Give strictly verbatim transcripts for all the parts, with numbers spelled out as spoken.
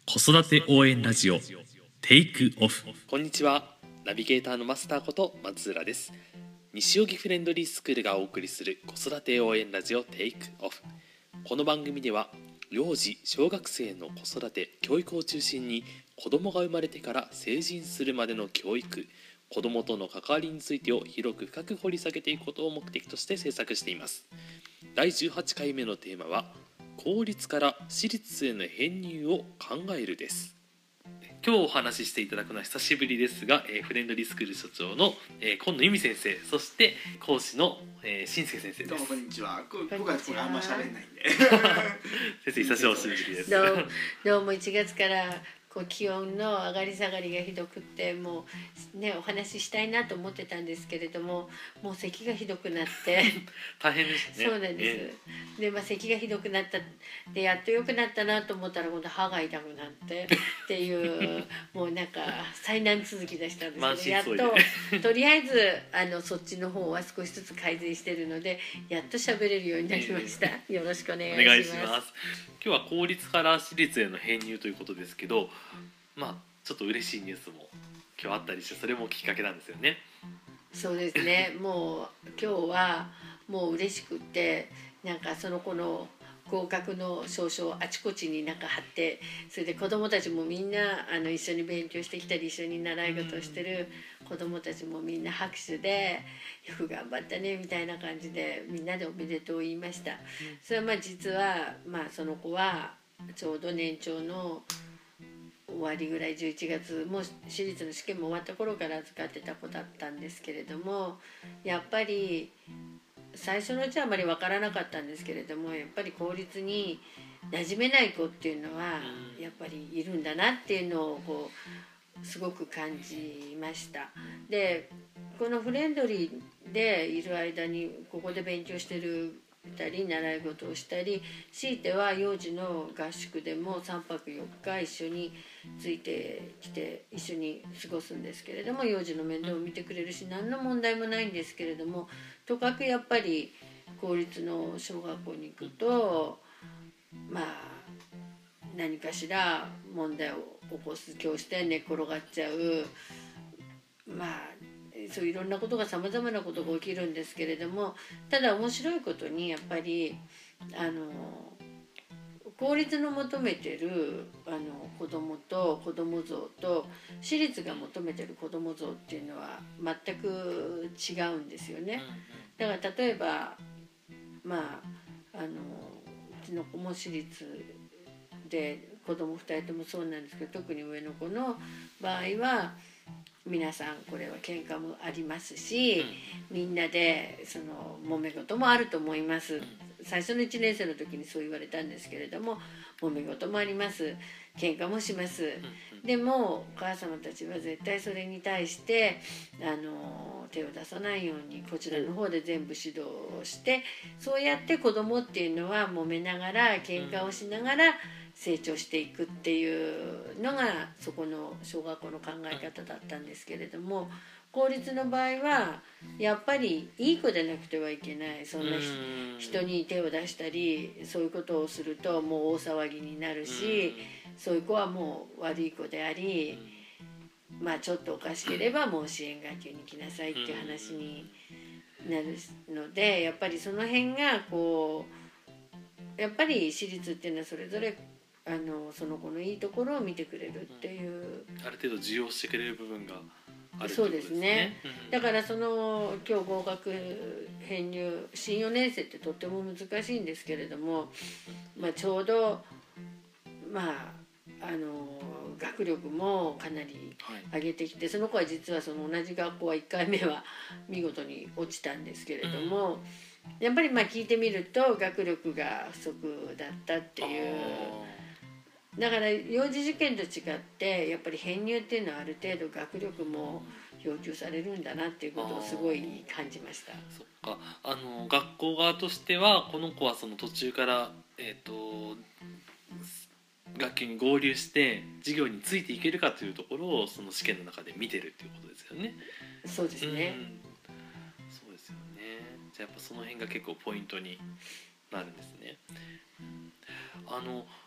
子育て応援ラジオテイクオフ。 こんにちは。ナビゲーターのマスターこと松浦です。西荻フレンドリースクールがお送りする子育て応援ラジオテイクオフ。この番組では幼児小学生の子育て教育を中心に、子供が生まれてから成人するまでの教育、子供との関わりについてを広く深く掘り下げていくことを目的として制作しています。だいじゅうはちかいめのテーマは、公立から私立への編入を考えるです。今日お話ししていただくのは久しぶりですが、えー、フレンドリースクール所長の、えー、今野由美先生、そして講師の、えー、新助先生です。 どうもこんにちは。僕はこれあんま喋んないんで先生久しぶりです。 どうどうもいちがつからこう気温の上がり下がりがひどくって、もうねお話ししたいなと思ってたんですけれども、もう咳がひどくなって大変でしたね。 そうなんです、えー、で、まあ、咳がひどくなったで、やっと良くなったなと思ったら今度歯が痛くなってっていうもうなんか災難続きでしたんですけど、やっととりあえずあのそっちの方は少しずつ改善してるので、やっと喋れるようになりました。よろしくお願いします。 お願いします。今日は公立から私立への編入ということですけど、まあちょっと嬉しいニュースも今日あったりして、それもきっかけなんですよね。 そうですね。もう今日はもう嬉しくって、なんかその子の合格の証書をあちこちになんか貼って、それで子どもたちもみんなあの一緒に勉強してきたり、一緒に習い事をしてる子どもたちもみんな拍手で「よく頑張ったね」みたいな感じでみんなでおめでとう言いました。それはまあ実はまあその子はちょうど年長の終わりぐらい、じゅういちがつ、もう私立の試験も終わった頃から預かってた子だったんですけれども、やっぱり最初のうちはあまり分からなかったんですけれども、やっぱり公立に馴染めない子っていうのはやっぱりいるんだなっていうのをこうすごく感じました。で、このフレンドリーでいる間にここで勉強してるたり習い事をしたり、強いては幼児の合宿でもさんぱくよっか一緒についてきて一緒に過ごすんですけれども、幼児の面倒を見てくれるし何の問題もないんですけれども、とかくやっぱり公立の小学校に行くとまあ何かしら問題を起こす、教室で寝っ転がっちゃう、まあそういろんなことがさまざまなことが起きるんですけれども、ただ面白いことにやっぱりあの公立の求めてるあの子どもと子ども像と私立が求めてる子ども像っていうのは全く違うんですよね。だから例えばまああのうちの子も私立で子どもふたりともそうなんですけど、特に上の子の場合は皆さんこれは喧嘩もありますし、みんなでその揉め事もあると思います。最初のいちねん生の時にそう言われたんですけれども、揉め事もあります、喧嘩もします。でもお母様たちは絶対それに対してあの手を出さないようにこちらの方で全部指導をして、そうやって子供っていうのは揉めながら喧嘩をしながら成長していくっていうのがそこの小学校の考え方だったんですけれども、公立の場合はやっぱりいい子でなくてはいけない、そんな人に手を出したりそういうことをするともう大騒ぎになるし、そういう子はもう悪い子であり、まあちょっとおかしければもう支援学級に来なさいっていう話になるので、やっぱりその辺がこうやっぱり私立っていうのはそれぞれあのその子のいいところを見てくれるっていう、 ある程度受容してくれる部分があるってそうでことですね。 すね、うん、だからその今日合格編入新よねん生ってとっても難しいんですけれども、まあ、ちょうどまああの学力もかなり上げてきて、その子は実はその同じ学校はいっかいめは見事に落ちたんですけれども、うん、やっぱりまあ聞いてみると学力が不足だったっていう。だから幼児受験と違ってやっぱり編入っていうのはある程度学力も要求されるんだなっていうことをすごい感じました。 そっか、あの学校側としてはこの子はその途中から、えー、と学級に合流して授業についていけるかというところをその試験の中で見てるっていうことですよね。 そうですね、 うん、そうですよね。じゃあやっぱその辺が結構ポイントになるんですね。あの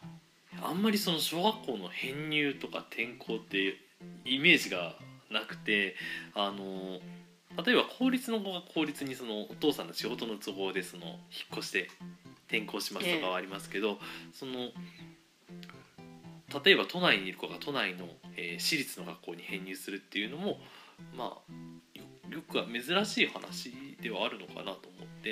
あんまりその小学校の編入とか転校ってイメージがなくて、あの例えば公立の子が公立にそのお父さんの仕事の都合でその引っ越して転校しますとかはありますけど、その例えば都内にいる子が都内の、えー私立の学校に編入するっていうのもまあよ、よくは珍しい話ではあるのかなと思って、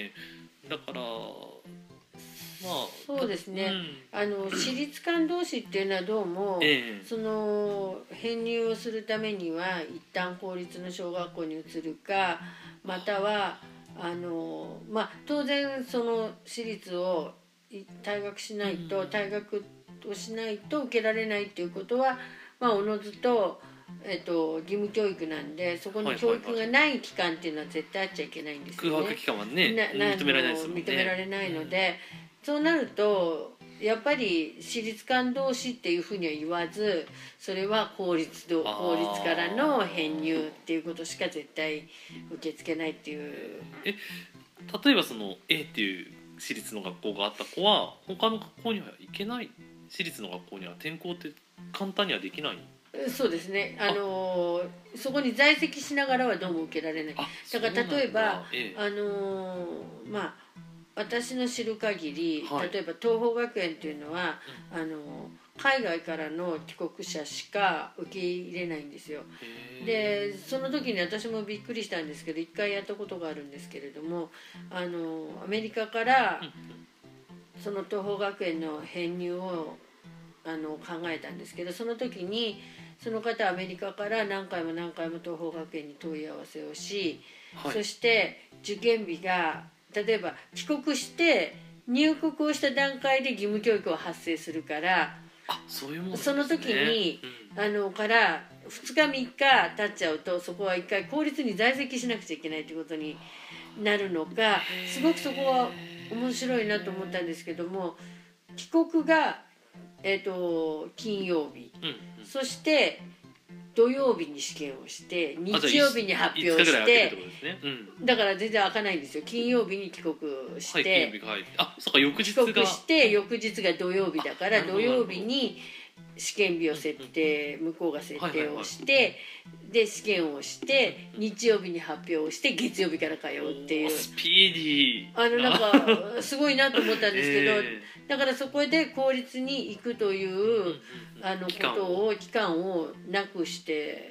だからまあそうですね、 うん、 あの私立間同士っていうのはどうも、 ええその編入をするためには一旦公立の小学校に移るか、またはあの、まあ、当然その私立を退学しないと、 うん退学をしないと受けられないっていうことは、まあ、おのずと、えっと、義務教育なんで、そこに教育がない期間っていうのは絶対あっちゃいけないんですよね。 空白期間はねな認められないですもんね。 認められないので、そうなるとやっぱり私立間同士っていうふうには言わず、それは公立ど公立からの編入っていうことしか絶対受け付けないっていう。 え例えばその A っていう私立の学校があった子は他の学校には行けない、私立の学校には転校って簡単にはできない。 そうですね、あのそこに在籍しながらはどうも受けられない。だから例えば、 ええ、 あのまあ私の知る限り、 はい、 例えば東邦学園っていうのは、うん、あの海外からの帰国者しか受け入れないんですよ。でその時に私もびっくりしたんですけど、一回やったことがあるんですけれども、あのアメリカからその東邦学園の編入をあの考えたんですけど、その時にその方はアメリカから何回も何回も東邦学園に問い合わせをし、はい、そして受験日が例えば帰国して入国をした段階で義務教育は発生するから、 あ、そういうもんですね、 その時に、うん、あのからふつかみっか経っちゃうと、そこはいっかい公立に在籍しなくちゃいけないということになるのか、すごくそこは面白いなと思ったんですけども、帰国が、えーと、金曜日、うんうん、そして土曜日に試験をして日曜日に発表して、 ね、うん、 だから全然開かないんですよ。金曜日に帰国して、はい、 はい、あ、そうか、翌日が帰国して翌日が土曜日だから、土曜日に試験日を設定、向こうが設定をして、はいはいはい、で試験をして日曜日に発表をして月曜日から通うっていう、 スピーディーあのなんかすごいなと思ったんですけど、えー、だからそこで公立に行くというあのことを期間をなくして、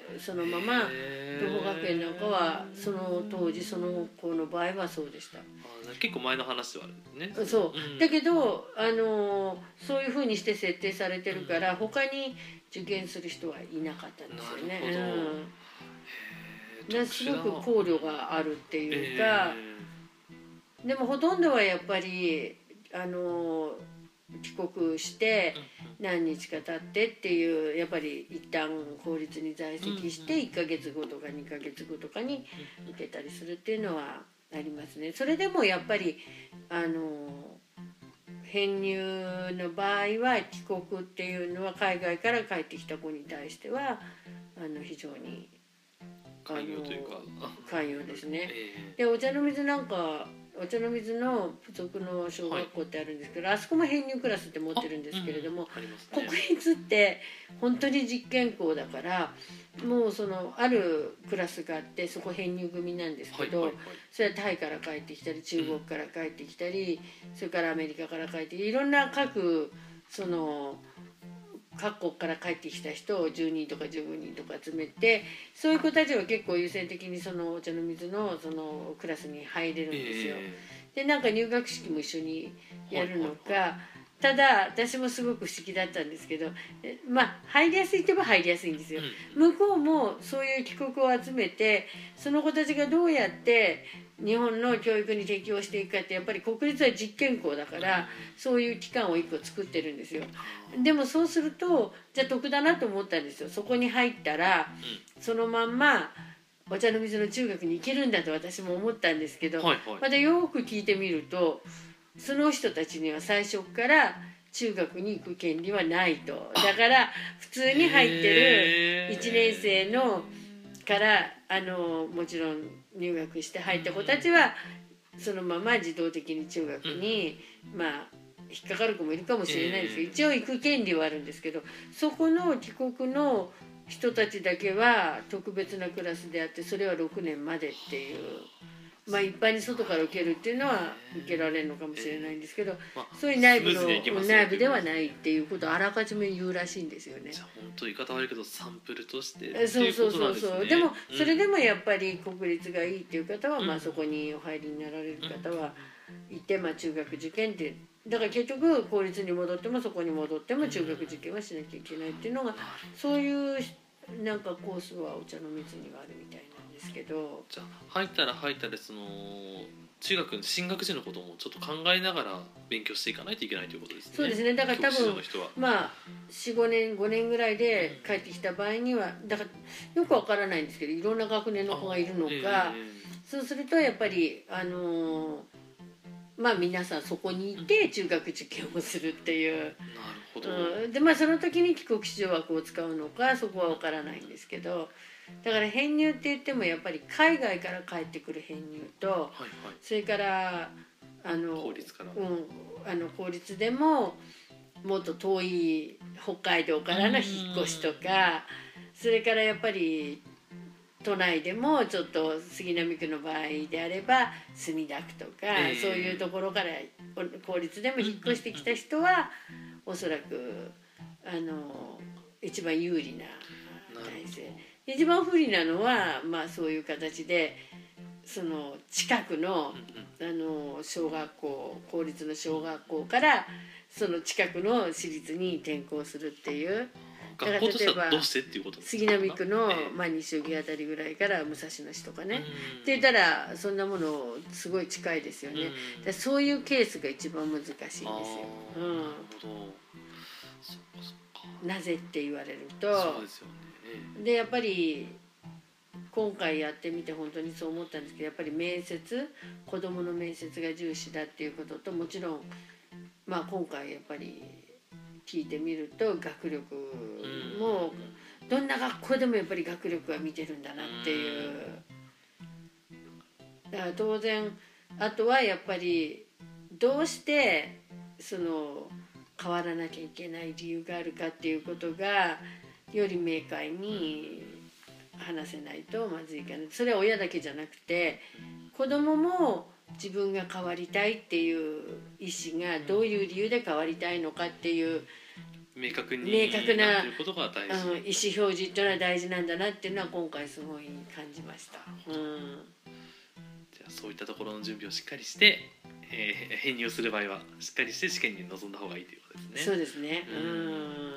そのまま東邦学園なんかはその当時その子の場合はそうでした。 結構前の話ではあるね。 そう、うん、だけどあのそういうふうにして設定されてるから、うん、他に受験する人はいなかったんですよね。 なるほど、 うん、すごく考慮があるっていうか、でもほとんどはやっぱりあの帰国して何日か経ってっていう、やっぱり一旦公立に在籍していっかげつごとかにかげつごとかに受けたりするっていうのはありますね。それでもやっぱりあの編入の場合は帰国っていうのは海外から帰ってきた子に対してはあの非常に寛容というか寛容ですね。 えー、 でお茶の水なんかお茶の水の付属の小学校ってあるんですけど、はい、あそこも編入クラスって持ってるんですけれども、うんね、国立って本当に実験校だから、もうそのあるクラスがあってそこ編入組なんですけど、はいはいはい、それはタイから帰ってきたり中国から帰ってきたり、それからアメリカから帰ってきて、いろんな各その各国から帰ってきた人をじゅうにんとかじゅうごにんとか集めて、そういう子たちは結構優先的にそのお茶の水のそのクラスに入れるんですよ。えー、でなんか入学式も一緒にやるのか、はいはいはい、ただ私もすごく不思議だったんですけど、まあ入りやすいって言えば入りやすいんですよ。うん、向こうもそういう帰国を集めて、その子たちがどうやって日本の教育に適応していくかって、やっぱり国立は実験校だからそういう機関をいっこ作ってるんですよ。でもそうするとじゃあ得だなと思ったんですよ。そこに入ったらそのまんまお茶の水の中学に行けるんだと私も思ったんですけど、はいはい、またよく聞いてみるとその人たちには最初から中学に行く権利はないと。だから普通に入ってるいちねん生のからあのもちろん入学して入った子たちはそのまま自動的に中学に、まあ引っかかる子もいるかもしれないですけど、一応行く権利はあるんですけど、そこの帰国の人たちだけは特別なクラスであって、それはろくねんまでっていう。まあ一般に外から受けるっていうのは受けられるのかもしれないんですけど、 まあそういう内部のスムーズにいけますよ内部ではないっていうことをあらかじめ言うらしいんですよね。 じゃあ本当言い方悪いけどサンプルとしてってえそういうそうそうことなんですね。 そうでもうんそれでもやっぱり国立がいいっていう方は、 うんまあそこにお入りになられる方はいて、まあ中学受験ってだから結局公立に戻ってもそこに戻っても中学受験はしなきゃいけないっていうのが、そういうなんかコースはお茶の水にはあるみたいなんですけど。 じゃあ入ったら入ったでその中学の進学時のこともちょっと考えながら勉強していかないといけないということですね。 そうですね。だから多教師分の人はまあよん、ごねんごねんぐらいで帰ってきた場合にはだからよくわからないんですけど、いろんな学年の子がいるのか、 えーそうするとやっぱりあのーまあ皆さんそこにいて中学受験をするっていう、 なるほど、 うん、でまあその時に帰国子女枠を使うのかそこはわからないんですけど、だから編入って言ってもやっぱり海外から帰ってくる編入と、 はいはい、 それからあの公立から、 うん、あの公立でももっと遠い北海道からの引っ越しとか、それからやっぱり都内でもちょっと杉並区の場合であれば墨田区とか、 えーそういうところから公立でも引っ越してきた人はおそらくあの一番有利な体制。一番不利なのは、まあ、そういう形でその近くの、あの小学校公立の小学校からその近くの私立に転校するっていう。 学校としてはどうしてっていうことですか。 杉並区の、 ええまあ、西荻あたりぐらいから武蔵野市とかね、 うんって言ったらそんなものすごい近いですよね、 うんだからそういうケースが一番難しいんですよ、 あーなるうほど、そっかそっか、 ん、なぜって言われるとそうですよね、 でやっぱり今回やってみて本当にそう思ったんですけど、やっぱり面接子どもの面接が重視だっていうことと、もちろん、まあ、今回やっぱり聞いてみると学力もどんな学校でもやっぱり学力は見てるんだなっていう。だから当然あとはやっぱりどうしてその変わらなきゃいけない理由があるかっていうことがより明快に話せないとまずいかな。それは親だけじゃなくて子供も自分が変わりたいっていう意思がどういう理由で変わりたいのかっていう明確に明確ななってることが大事、 うん、意思表示っていうのは大事なんだなっていうのは今回すごい感じました。うんじゃあそういったところの準備をしっかりして、えー編入する場合はしっかりして試験に臨んだ方がいいということですね。 そうですね。 ううんん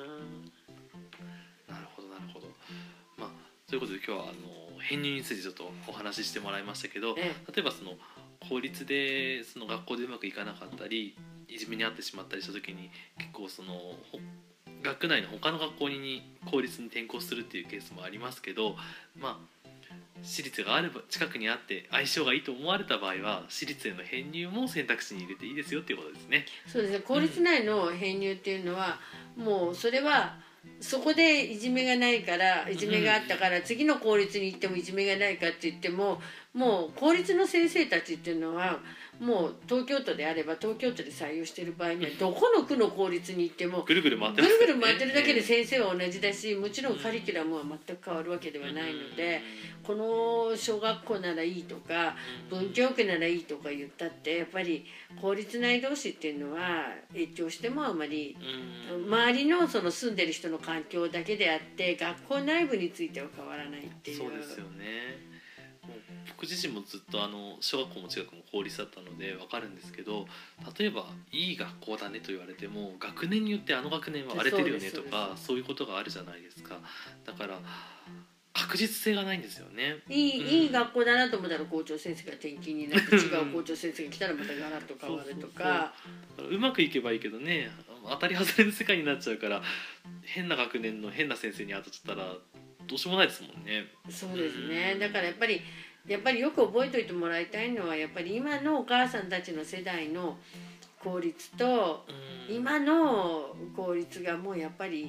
なるほどなるほど。まあということで今日はあの編入についてちょっとお話ししてもらいましたけど、 え例えばその公立でその学校でうまくいかなかったりいじめに遭ってしまったりした時に結構そのほ学内の他の学校に公立に転校するっていうケースもありますけど、まあ私立がある近くにあって相性がいいと思われた場合は私立への編入も選択肢に入れていいですよっていうことですね。 そうですね。公立内の編入っていうのは、もうそれはそこでいじめがないからいじめがあったから次の公立に行ってもいじめがないかって言っても、もう公立の先生たちっていうのはもう東京都であれば東京都で採用している場合にはどこの区の公立に行ってもぐるぐる回ってぐますからねるぐる回ってるだけで先生は同じだし、もちろんカリキュラムは全く変わるわけではないので、この小学校ならいいとか文京区ならいいとか言ったってやっぱり公立内同士っていうのは影響してもあまり周りのその住んでる人の環境だけであって学校内部については変わらないっていう。 そうですよね。もう僕自身もずっとあの小学校も中学も公立だったので分かるんですけど、例えばいい学校だねと言われても学年によってあの学年は荒れてるよねとかそういうことがあるじゃないですか。だから確実性がないんですよね。 いい、 うんいい学校だなと思ったら校長先生が転勤になって違う校長先生が来たらまたガラッと変わるとか。 そうそうそう、うまくいけばいいけどね、当たり外れの世界になっちゃうから変な学年の変な先生に当たっちゃったらどうしようもないですもんね。 そうですね。だからやっぱりやっぱりよく覚えておいてもらいたいのはやっぱり今のお母さんたちの世代の公立とうん今の公立がもうやっぱり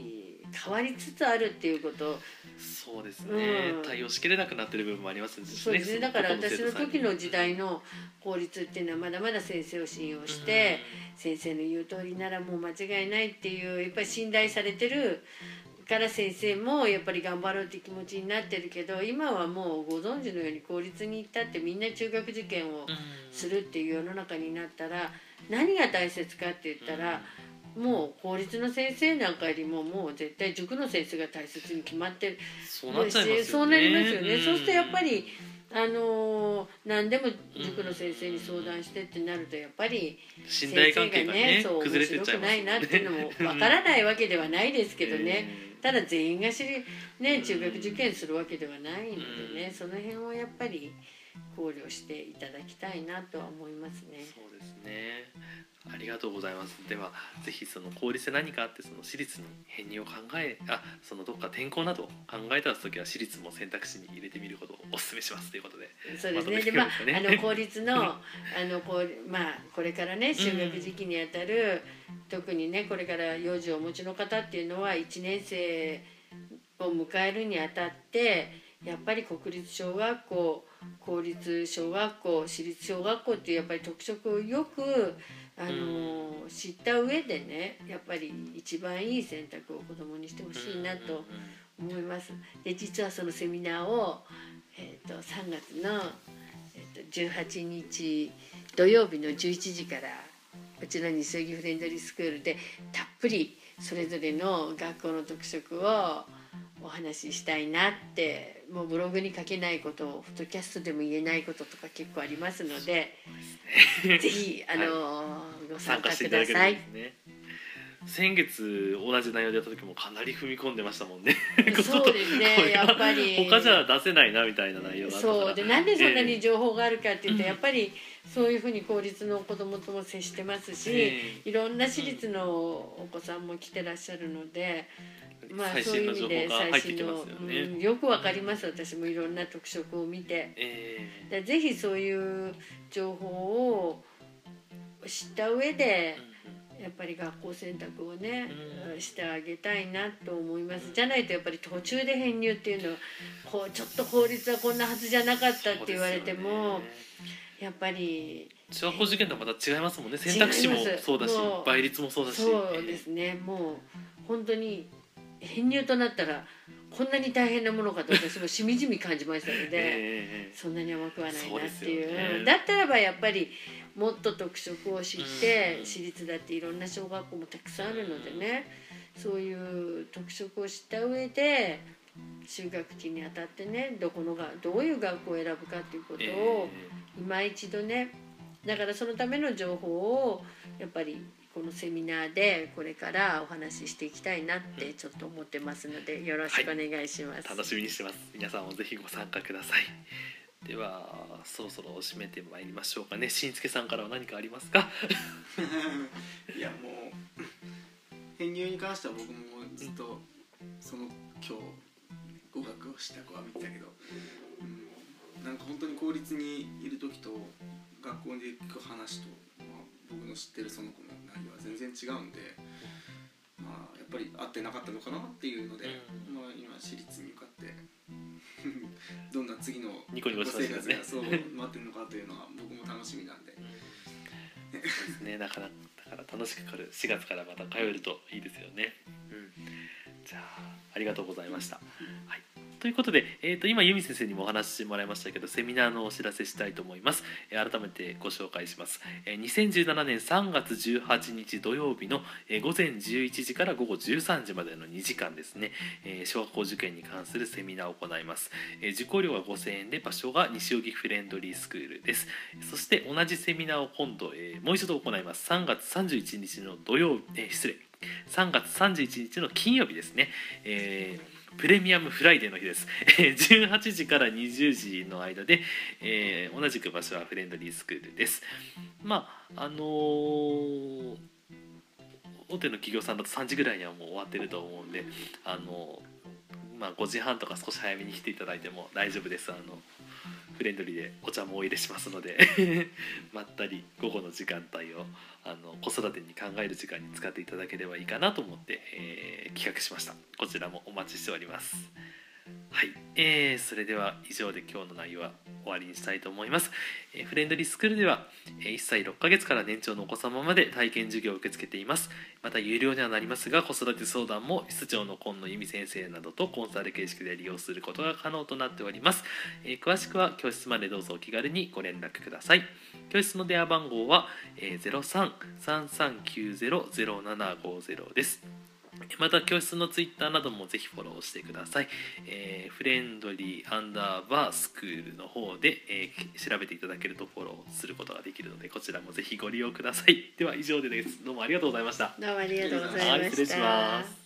変わりつつあるっていうこと。 そうですね、 うん対応しきれなくなってる部分もありますね。 そうですね、だから私の時の時代の公立っていうのはまだまだ先生を信用して、先生の言う通りならもう間違いないっていうやっぱり信頼されてるから先生もやっぱり頑張ろうって気持ちになってるけど、今はもうご存知のように公立に行ったってみんな中学受験をするっていう世の中になったら、何が大切かって言ったら、もう公立の先生なんかよりももう絶対塾の先生が大切に決まってる。 そうなっちゃいますよね。 そうなりますよね、 うん、 そうするとやっぱりあのー、何でも塾の先生に相談してってなるとやっぱり信頼関係がねそう崩れてっちゃいますもんね。 面白くないなっていうのもわからないわけではないですけどね、ただ全員が知り、ね、中学受験するわけではないのでね、その辺をやっぱり考慮していただきたいなとは思いますね。 そうですね、ありがとうございます。ではぜひその公立で何かあってその私立に編入を考えあそのどっか転校など考えた時は私立も選択肢に入れてみることをお勧めしますということで。 そうですね。でまああの公立のあのこうまあこれからね就学時期にあたる、うん、特にねこれから幼児をお持ちの方っていうのはいちねん生を迎えるにあたってやっぱり国立小学校公立小学校私立小学校っていうやっぱり特色をよくあの知った上でねやっぱり一番いい選択を子どもにしてほしいなと思います。で実はそのセミナーを、えー、とさんがつの、えー、とじゅうはちにち土曜日のじゅういちじからこちら西荻フレンドリースクールでたっぷりそれぞれの学校の特色をお話ししたいなって、もうブログに書けないことをポッドキャストでも言えないこととか結構ありますので、ぜひあの、はい、ご参加ください。 先月同じ内容でやった時もかなり踏み込んでましたもんね。 そうですね、やっぱり他じゃ出せないなみたいな内容だったから。 そうで、なんでそんなに情報があるかっていうと、えー、やっぱりそういうふうに公立の子どもとも接してますし、えー、いろんな私立のお子さんも来てらっしゃるので、まあそういう意味で最新の、うん、よくわかります。私もいろんな特色を見て、えー、ぜひそういう情報を知った上で、やっぱり学校選択をね、うん、してあげたいなと思います。じゃないとやっぱり途中で編入っていうのはこうちょっと法律はこんなはずじゃなかったって言われても、やっぱり中学校受験とはまた違いますもんね。選択肢もそうだし倍率もそうだし。 そうですね、もう本当に編入となったらこんなに大変なものかと私もしみじみ感じましたので、えー、そんなに甘くはないなっていう、ね、だったらばやっぱりもっと特色を知って、うん、私立だっていろんな小学校もたくさんあるのでね、そういう特色を知った上で就学期にあたってね、どこのがどういう学校を選ぶかっていうことを今一度ね、だからそのための情報をやっぱりこのセミナーでこれからお話ししていきたいなってちょっと思ってますので、よろしくお願いします、 はい、楽しみにしてます。皆さんもぜひご参加ください。ではそろそろ締めてまいりましょうかね。しんすけさんからは何かありますか？ いやもう編入に関しては僕もずっとその今日語学をした子は見てたけど、うん、なんか本当に公立にいる時と学校で聞く話と、まあ、僕の知ってるその子の内容は全然違うんで、まあ、やっぱり合ってなかったのかなっていうので、うん、まあ、今私立に受かってどんな次のニコニコした生活がそう待ってるのかというのは僕も楽しみなんで、うんそうですね、だから、だから楽しく来るしがつからまた通えるといいですよね、うん、じゃあありがとうございました、はい、ということで、えー、と今由美先生にもお話ししてもらいましたけど、セミナーのお知らせしたいと思います。えー、改めてご紹介します。えー、にせんじゅうななねんさんがつじゅうはちにち土曜日の、えー、午前じゅういちじから午後じゅうさんじまでのにじかんですね、えー、小学校受験に関するセミナーを行います。えー、受講料はごせんえんで、場所が西荻フレンドリースクールです。そして同じセミナーを今度、えー、もう一度行います。さんがつさんじゅういちにちの土曜日、えー、失礼さんがつさんじゅういちにちの金曜日ですね、えープレミアムフライデーの日です。じゅうはちじからにじゅうじの間で、えー、同じく場所はフレンドリースクールです。まああのー、大手の企業さんだとさんじぐらいにはもう終わってると思うんで、あのーまあ、ごじはんとか少し早めに来ていただいても大丈夫です。あのフレンドリーでお茶もお入れしますのでまったり午後の時間帯をあの子育てに考える時間に使っていただければいいかなと思って、えー、企画しました。こちらもお待ちしております。はい、えー、それでは以上で今日の内容は終わりにしたいと思います。えー、フレンドリースクールでは、えー、いっさいろっかげつから年長のお子様まで体験授業を受け付けています。また有料にはなりますが、子育て相談も室長の今野由美先生などとコンサル形式で利用することが可能となっております。えー、詳しくは教室までどうぞお気軽にご連絡ください。教室の電話番号は、えー、ゼロさん さんさんきゅうゼロ ゼロななごゼロです。また教室のツイッターなどもぜひフォローしてください。えー、フレンドリーアンダーバースクールの方で、えー、調べていただけるとフォローすることができるので、こちらもぜひご利用ください。では以上です。どうもありがとうございました。 どうもありがとうございました。 はい、失礼します。